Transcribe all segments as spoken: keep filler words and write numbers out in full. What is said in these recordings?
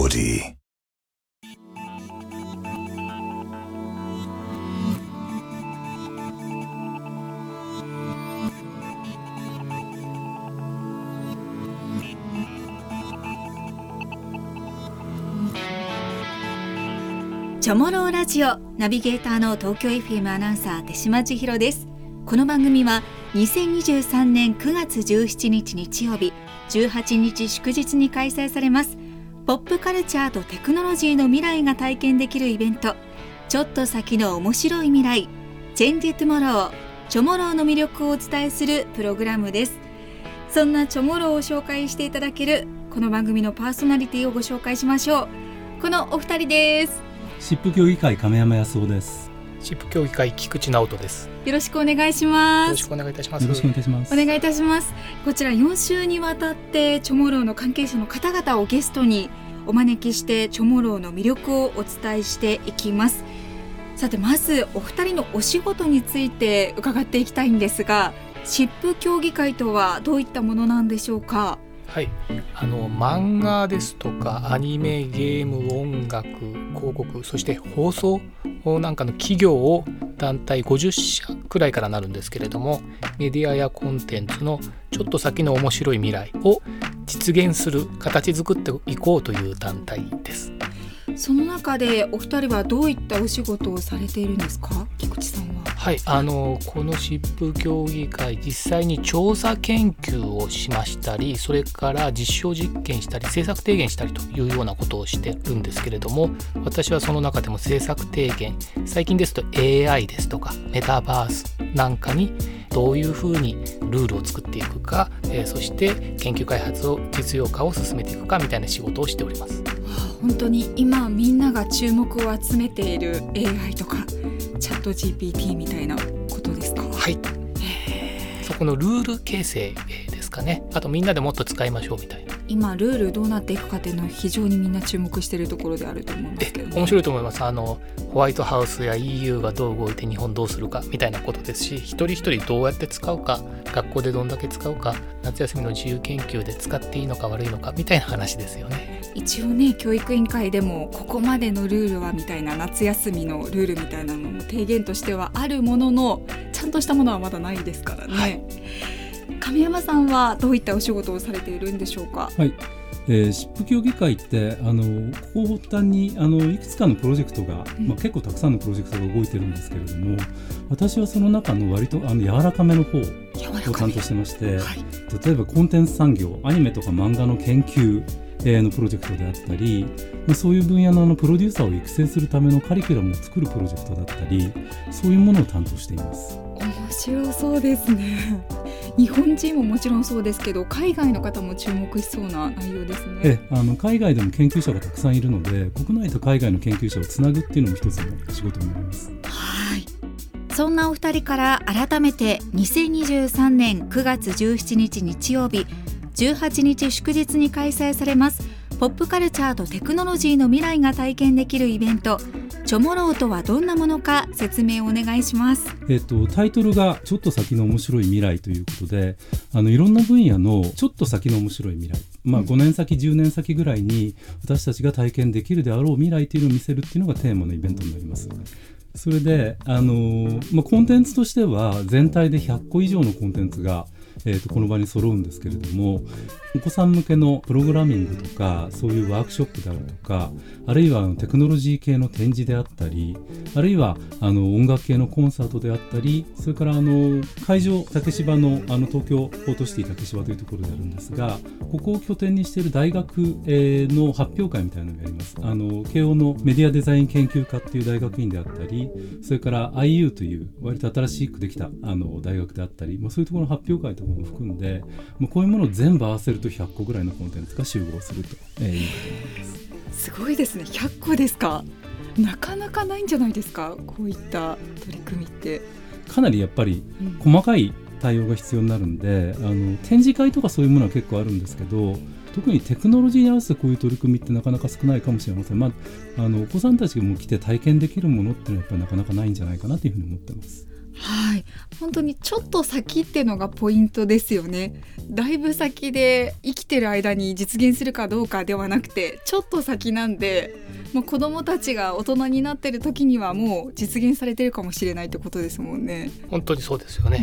possibility. チョモローラジオナビゲーターの東京 エフエム アナウンサー手島千尋です。この番組はにせんにじゅうさんねんくがつじゅうしちにち日曜日、じゅうはちにち祝日に開催されますポップカルチャーとテクノロジーの未来が体験できるイベント、ちょっと先の面白い未来、チェンジトゥモロー、チョモローの魅力をお伝えするプログラムです。そんなチョモローを紹介していただけるこの番組のパーソナリティをご紹介しましょう。このお二人です。 シップ協議会亀山康夫です。 シップ協議会菊池直人です。 よろしくお願いします。 よろしくお願いいたします。 よろしくお願いいたします。 お願いいたします。こちらよんしゅうにわたってチョモローの関係者の方々をゲストにお招きしてチョモローの魅力をお伝えしていきます。さて、まずお二人のお仕事について伺っていきたいんですが、シップ協議会とはどういったものなんでしょうか？ はい、あの漫画ですとかアニメ、ゲーム、音楽、広告、そして放送なんかの企業を団体ごじゅっしゃくらいからなるんですけれども、メディアやコンテンツのちょっと先の面白い未来を実現する、形作っていこうという団体です。 その中でお二人はどういったお仕事をされているんですか？菊池さんは。 はい、あのこのシップ協議会、実際に調査研究をしましたり、それから実証実験したり政策提言したりというようなことをしてるんですけれども、私はその中でも政策提言、最近ですと エーアイ ですとかメタバースなんかにどういうふうにルールを作っていくか、えー、そして研究開発を実用化を進めていくかみたいな仕事をしております。 本当に今みんなが注目を集めている エーアイ とかチャット ジーピーティー みたいなことですか？ はい、そこのルール形成ですかね。あとみんなでもっと使いましょうみたいな。 今ルールどうなっていくかっていうのは非常にみんな注目しているところであると思うんですけど、ね、 面白いと思います。あのホワイトハウスや イーユー がどう動いて日本どうするかみたいなことですし、一人一人どうやって使うか、学校でどんだけ使うか、夏休みの自由研究で使っていいのか悪いのかみたいな話ですよね。 一応ね、教育委員会でもここまでのルールはみたいな、夏休みのルールみたいなのも提言としてはあるものの、ちゃんとしたものはまだないですからね。はい、亀山さんはどういったお仕事をされているんでしょうか？ はい、えー、シップ協議会ってあのここ発端にあのいくつかのプロジェクトが、うんまあ、結構たくさんのプロジェクトが動いてるんですけれども、私はその中の割とあの柔らかめの方を担当してまして、はい、例えばコンテンツ産業、アニメとか漫画の研究のプロジェクトであったり、そういう分野のプロデューサーを育成するためのカリキュラムを作るプロジェクトだったり、そういうものを担当しています。 面白そうですね。日本人ももちろんそうですけど、海外の方も注目しそうな内容ですね。 えあの海外でも研究者がたくさんいるので、国内と海外の研究者をつなぐっていうのも一つの仕事になります。 はい、そんなお二人から改めてにせんにじゅうさんねんくがつじゅうしちにち日曜日、じゅうはちにち祝日に開催されますポップカルチャーとテクノロジーの未来が体験できるイベント、チョモローとはどんなものか説明をお願いします。 えっと、タイトルがちょっと先の面白い未来ということで、あのいろんな分野のちょっと先の面白い未来、まあ、ごねんさきじゅうねんさきぐらいに私たちが体験できるであろう未来というのを見せるっていうのがテーマのイベントになります。それで、あのまあ、コンテンツとしては全体でひゃっこ以上のコンテンツがえー、とこの場に揃うんですけれども、お子さん向けのプログラミングとかそういうワークショップであるとか、あるいはテクノロジー系の展示であったり、あるいはあの音楽系のコンサートであったり、それからあの会場竹芝 の, あの東京ポートシティ竹芝というところであるんですが、ここを拠点にしている大学、えー、の発表会みたいなのがあります。あの慶応のメディアデザイン研究科っていう大学院であったり、それから アイユー という割と新しくできたあの大学であったり、まあ、そういうところの発表会とかも含んで、まあ、こういうものを全部合わせるとひゃっこぐらいのコンテンツが集合すると、えー、いうことになります。 すごいですね。ひゃっこですか？なかなかないんじゃないですか、こういった取り組みって。 かなりやっぱり細かい対応が必要になるんで、うん、あの展示会とかそういうものは結構あるんですけど、特にテクノロジーに合わせてこういう取り組みってなかなか少ないかもしれません。まあ、あのお子さんたちがもう来て体験できるものってのはやっぱりなかなかないんじゃないかなというふうに思ってます。 はい、本当にちょっと先っていうのがポイントですよね。だいぶ先で生きてる間に実現するかどうかではなくて、ちょっと先なんで、もう子どもたちが大人になってる時にはもう実現されてるかもしれないってことですもんね。 本当にそうですよね。 うん、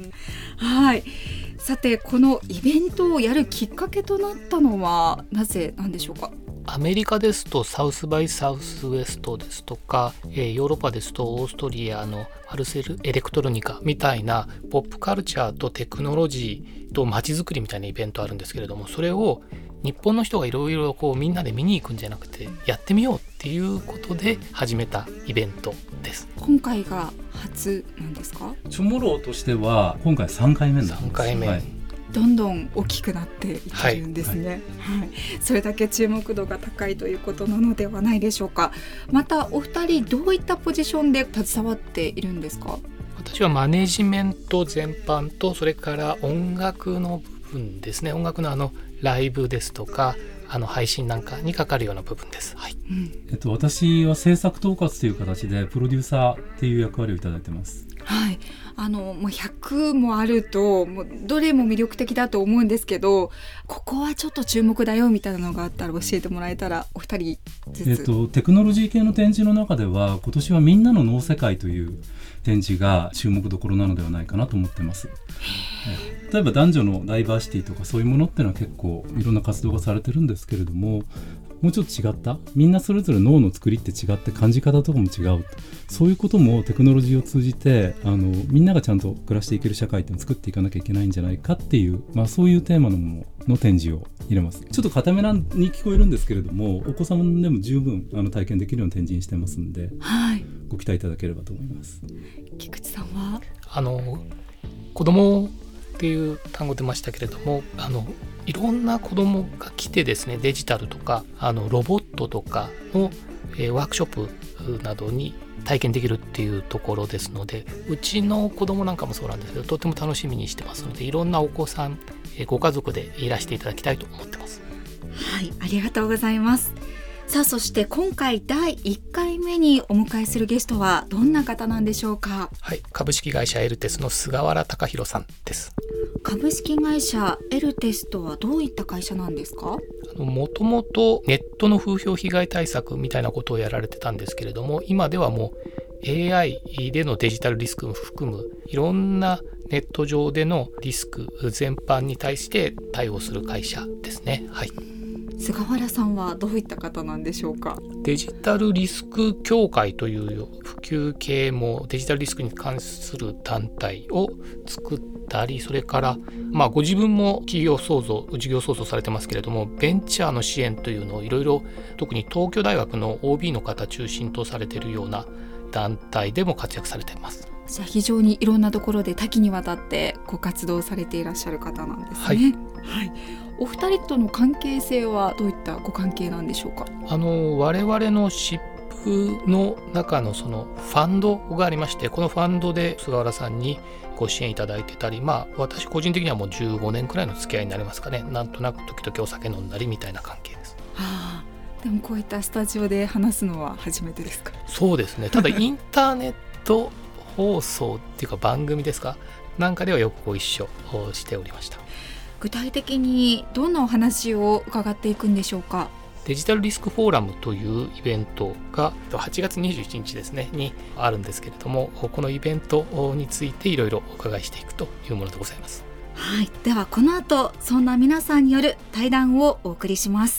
はい。さて、このイベントをやるきっかけとなったのはなぜなんでしょうか。 アメリカですとサウスバイサウスウエストですとか、えー、ヨーロッパですとオーストリアのアルセルエレクトロニカみたいなポップカルチャーとテクノロジーと街づくりみたいなイベントあるんですけれども、それを日本の人がいろいろこうみんなで見に行くんじゃなくてやってみようっていうことで始めたイベントです。 今回が初なんですか。 チョモローとしては今回さんかいめなんです。 さんかいめ、 はい、 どんどん大きくなっていってるんですね、はいはい、それだけ注目度が高いということなのではないでしょうか。またお二人どういったポジションで携わっているんですか。 私はマネジメント全般と、それから音楽の部分ですね。音楽のあのライブですとかあの配信なんかにかかるような部分です、はい。うん、 えっと、私は制作統括という形でプロデューサーっていう役割をいただいてます。 はい、あのもうひゃくもあるともうどれも魅力的だと思うんですけど、ここはちょっと注目だよみたいなのがあったら教えてもらえたらお二人ずつ。 えっと、テクノロジー系の展示の中では今年はみんなの脳世界という展示が注目どころなのではないかなと思ってます。例えば男女のダイバーシティとかそういうものっていうのは結構いろんな活動がされてるんですけれども、もうちょっと違った、みんなそれぞれ脳の作りって違って感じ方とかも違う、そういうこともテクノロジーを通じてあのみんながちゃんと暮らしていける社会っていうのを作っていかなきゃいけないんじゃないかっていう、まあ、そういうテーマのものの展示を入れます。ちょっと固めに聞こえるんですけれども、お子様でも十分あの体験できるような展示にしてますんで、はい、ご期待いただければと思います。 菊池さんはあの子供っていう単語出ましたけれども、あのいろんな子どもが来てですね、デジタルとかあのロボットとかの、えー、ワークショップなどに体験できるっていうところですので、うちの子どもなんかもそうなんですけど、とても楽しみにしてますので、いろんなお子さん、えー、ご家族でいらしていただきたいと思ってます。 はい、ありがとうございます。さあ、そして今回だいいっかいめにお迎えするゲストはどんな方なんでしょうか。 はい、株式会社エルテスの菅原隆弘さんです。 株式会社エルテスとはどういった会社なんですか。 もともとネットの風評被害対策みたいなことをやられてたんですけれども、今ではもう エーアイ でのデジタルリスクも含むいろんなネット上でのリスク全般に対して対応する会社ですね。はい。 菅原さんはどういった方なんでしょうか。 デジタルリスク協会という普及系もデジタルリスクに関する団体を作ったり、それから、まあ、ご自分も企業創造事業創造されてますけれども、ベンチャーの支援というのをいろいろ、特に東京大学の オービー の方中心とされているような団体でも活躍されています。 じゃあ非常にいろんなところで多岐にわたってご活動されていらっしゃる方なんですね。はい、はい。お二人との関係性はどういったご関係なんでしょうか。 あの我々のシップの中のそのファンドがありまして、このファンドで菅原さんにご支援いただいてたり、まあ私個人的にはもうじゅうごねんくらいの付き合いになりますかね。なんとなく時々お酒飲んだりみたいな関係です。 はあ、でもこういったスタジオで話すのは初めてですか。 そうですね。ただインターネット放送っていうか番組ですかなんかではよくご一緒しておりました。 具体的にどんなお話を伺っていくんでしょうか。 デジタルリスクフォーラムというイベントがはちがつにじゅうしちにちですねにあるんですけれども、このイベントについていろいろお伺いしていくというものでございます。 はい、ではこの後そんな皆さんによる対談をお送りします。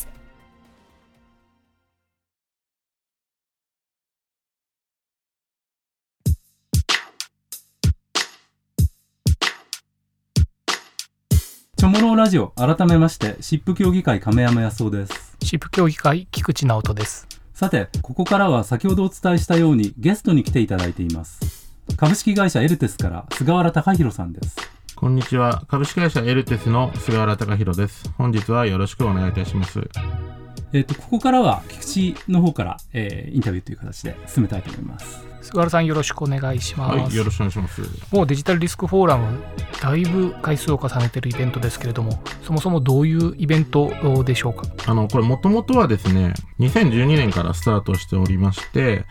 チョモローラジオ、改めましてシップ協議会亀山康夫です。 シップ協議会菊池直人です。 さて、ここからは先ほどお伝えしたようにゲストに来ていただいています。株式会社エルテスから菅原隆弘さんです。 こんにちは。株式会社エルテスの菅原隆弘です。本日はよろしくお願いいたします。 えーと、ここからは菊池の方から、えー、インタビューという形で進めたいと思います。 菅原さん、よろしくお願いします。 はい、よろしくお願いします。 もうデジタルリスクフォーラム、だいぶ回数を重ねているイベントですけれども、そもそもどういうイベントでしょうか。 あのこれもともとはですねにせんじゅうにねんからスタートしておりまして、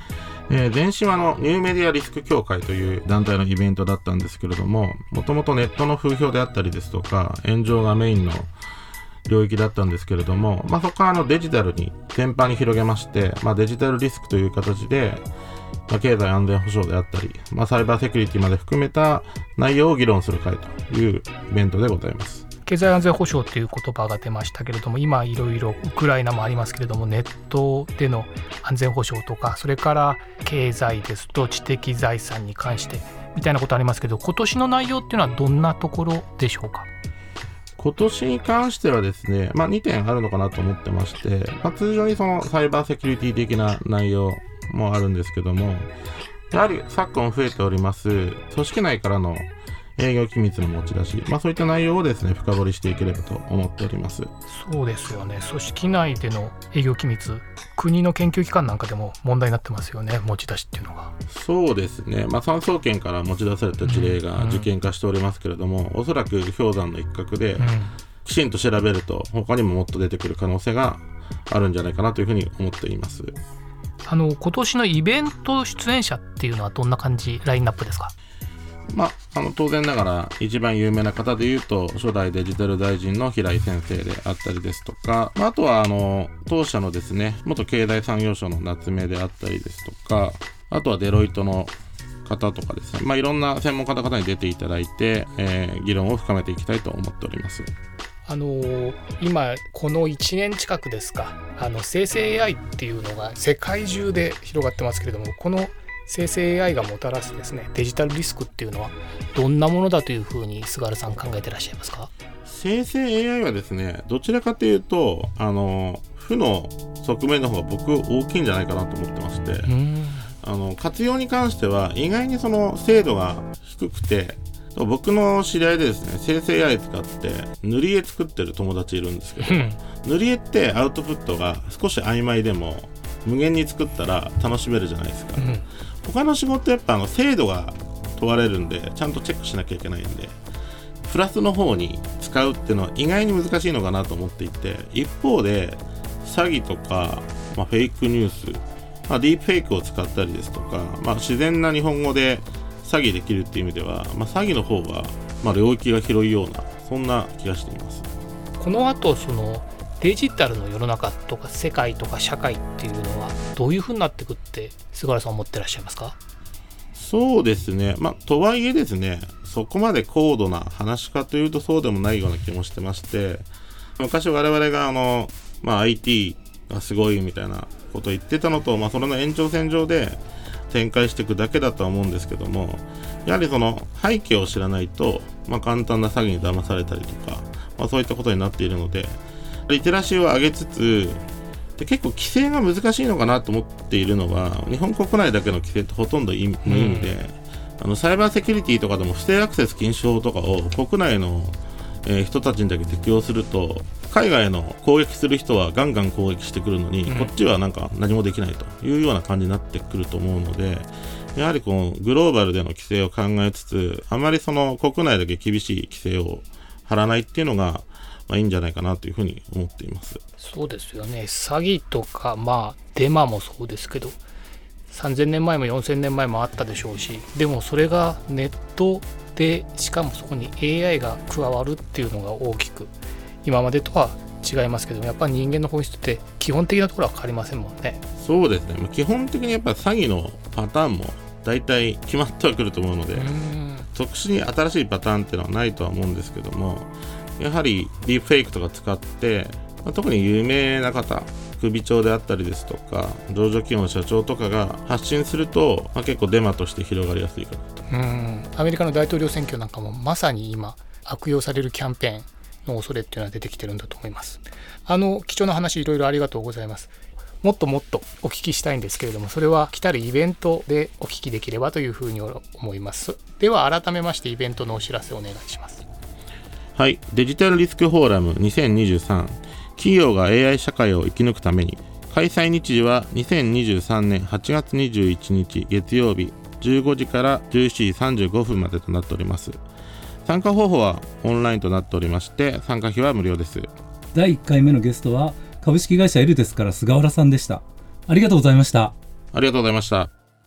えー、前身はあのニューメディアリスク協会という団体のイベントだったんですけれども、もともとネットの風評であったりですとか炎上がメインの領域だったんですけれども、まあ、そこからあのデジタルに全般に広げまして、まあ、デジタルリスクという形で、まあ、経済安全保障であったり、まあ、サイバーセキュリティまで含めた内容を議論する会というイベントでございます。 経済安全保障という言葉が出ましたけれども、今いろいろウクライナもありますけれども、ネットでの安全保障とか、それから経済ですと知的財産に関してみたいなことありますけど、今年の内容っていうのはどんなところでしょうか？ 今年に関してはですね、まあ、にてんあるのかなと思ってまして、まあ、通常にそのサイバーセキュリティ的な内容もあるんですけども、やはり昨今増えております組織内からの営業機密の持ち出し、まあ、そういった内容をですね深掘りしていければと思っております。 そうですよね。組織内での営業機密、国の研究機関なんかでも問題になってますよね、持ち出しっていうのが。 そうですね、まあ、産総研から持ち出された事例が受験化しておりますけれども、うんうん、おそらく氷山の一角で、うん、きちんと調べると他にももっと出てくる可能性があるんじゃないかなというふうに思っています。 あの今年のイベント出演者っていうのはどんな感じ、ラインナップですか？ まあ、あの当然ながら一番有名な方でいうと初代デジタル大臣の平井先生であったりですとか、まあ、あとはあの当社のですね元経済産業省の夏目であったりですとか、あとはデロイトの方とかですね、まあ、いろんな専門家の方に出ていただいて、えー、議論を深めていきたいと思っております。 あのー、今このいちねん近くですか、あの生成 エーアイ っていうのが世界中で広がってますけれども、この生成 エーアイ がもたらすですねデジタルリスクっていうのはどんなものだというふうに菅原さん考えてらっしゃいますか？ 生成 エーアイ はですねどちらかというとあの負の側面の方が僕大きいんじゃないかなと思ってまして、あの活用に関しては意外にその精度が低くて、僕の知り合いでですね生成 エーアイ 使って塗り絵作ってる友達いるんですけど、塗り絵ってアウトプットが少し曖昧でも無限に作ったら楽しめるじゃないですか、うん、他の仕事やっぱあの精度が問われるんでちゃんとチェックしなきゃいけないんで、プラスの方に使うっていうのは意外に難しいのかなと思っていて、一方で詐欺とか、まあ、フェイクニュース、まあ、ディープフェイクを使ったりですとか、まあ、自然な日本語で詐欺できるっていう意味では、まあ、詐欺の方が、まあ、領域が広いようなそんな気がしています。 この後そのデジタルの世の中とか世界とか社会っていうのはどういう風になっていくって菅原さん思ってらっしゃいますか？ そうですね、まあ、とはいえですねそこまで高度な話かというとそうでもないような気もしてまして、昔我々があの、まあ、アイティー がすごいみたいなことを言ってたのと、まあ、それの延長線上で展開していくだけだとは思うんですけども、やはりその背景を知らないと、まあ、簡単な詐欺に騙されたりとか、まあ、そういったことになっているので、リテラシーを上げつつで結構規制が難しいのかなと思っているのは、日本国内だけの規制ってほとんど無意味で、うん、あのサイバーセキュリティとかでも不正アクセス禁止法とかを国内の、えー、人たちにだけ適用すると、海外の攻撃する人はガンガン攻撃してくるのに、うん、こっちはなんか何もできないというような感じになってくると思うので、やはりこうグローバルでの規制を考えつつ、あまりその国内だけ厳しい規制を張らないっていうのがまあ、いいんじゃないかなというふうに思っています。 そうですよね。詐欺とか、まあ、デマもそうですけどさんぜんねんまえもよんせんねんまえもあったでしょうし、でもそれがネットでしかもそこに エーアイ が加わるっていうのが大きく今までとは違いますけど、やっぱり人間の本質って基本的なところは変わりませんもんね。 そうですね、基本的にやっぱり詐欺のパターンも大体決まってはくると思うので、うーん特殊に新しいパターンっていうのはないとは思うんですけども、やはりディープフェイクとか使って、まあ、特に有名な方、首長であったりですとか上場企業の社長とかが発信すると、まあ、結構デマとして広がりやすいかなと。 うんアメリカの大統領選挙なんかもまさに今悪用されるキャンペーンの恐れっていうのは出てきてるんだと思います。あの貴重な話いろいろありがとうございます。もっともっとお聞きしたいんですけれども、それは来たるイベントでお聞きできればというふうに思います。では改めましてイベントのお知らせをお願いします。 はい、デジタルリスクフォーラムにせんにじゅうさん、企業が エーアイ 社会を生き抜くために。開催日時はにせんにじゅうさんねんはちがつにじゅういちにち月曜日じゅうごじからじゅうしちじさんじゅうごふんまでとなっております。参加方法はオンラインとなっておりまして、参加費は無料です。 だいいっかいめのゲストは株式会社エルテスから菅原さんでした。ありがとうございました。 ありがとうございました。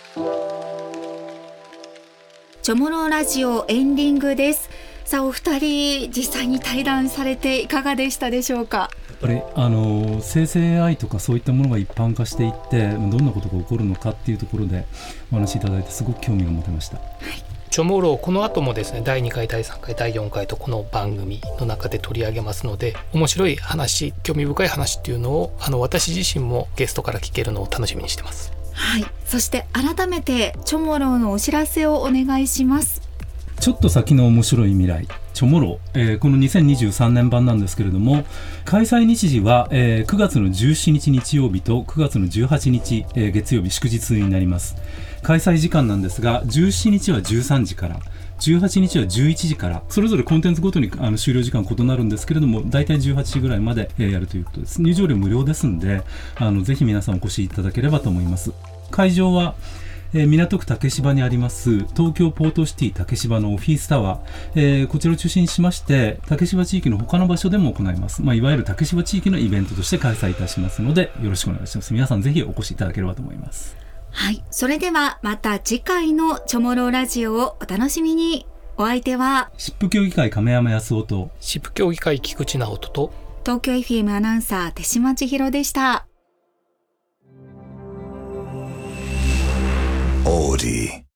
チョモロラジオエンディングです。さあお二人実際に対談されていかがでしたでしょうか。 やっぱりあの生成 エーアイ とかそういったものが一般化していってどんなことが起こるのかっていうところでお話しいただいてすごく興味が持てました。 チョモロこの後もですねだいにかいだいさんかいだいよんかいとこの番組の中で取り上げますので、面白い話興味深い話っていうのをあの私自身もゲストから聞けるのを楽しみにしてます。 はい、そして改めてチョモロのお知らせをお願いします。 ちょっと先の面白い未来チョモロ、えー、このにせんにじゅうさんねん版なんですけれども、開催日時は、えー、くがつのじゅうしちにち日曜日とくがつのじゅうはちにち、えー、月曜日祝日になります。開催時間なんですが、じゅうしちにちはじゅうさんじからじゅうはちにちはじゅういちじから、それぞれコンテンツごとにあの終了時間異なるんですけれども、だいたいじゅうはちじぐらいまでやるということです。入場料無料ですんで、あのぜひ皆さんお越しいただければと思います。会場はえー、港区竹芝にあります東京ポートシティ竹芝のオフィスタワー、えー、こちらを中心にしまして竹芝地域の他の場所でも行います、まあ、いわゆる竹芝地域のイベントとして開催いたしますのでよろしくお願いします。皆さんぜひお越しいただければと思います。 はい、それではまた次回のチョモロラジオをお楽しみに。お相手は湿布協議会亀山康夫と湿布協議会菊池直人と東京 エフエム アナウンサー手島千尋でした。 オーディ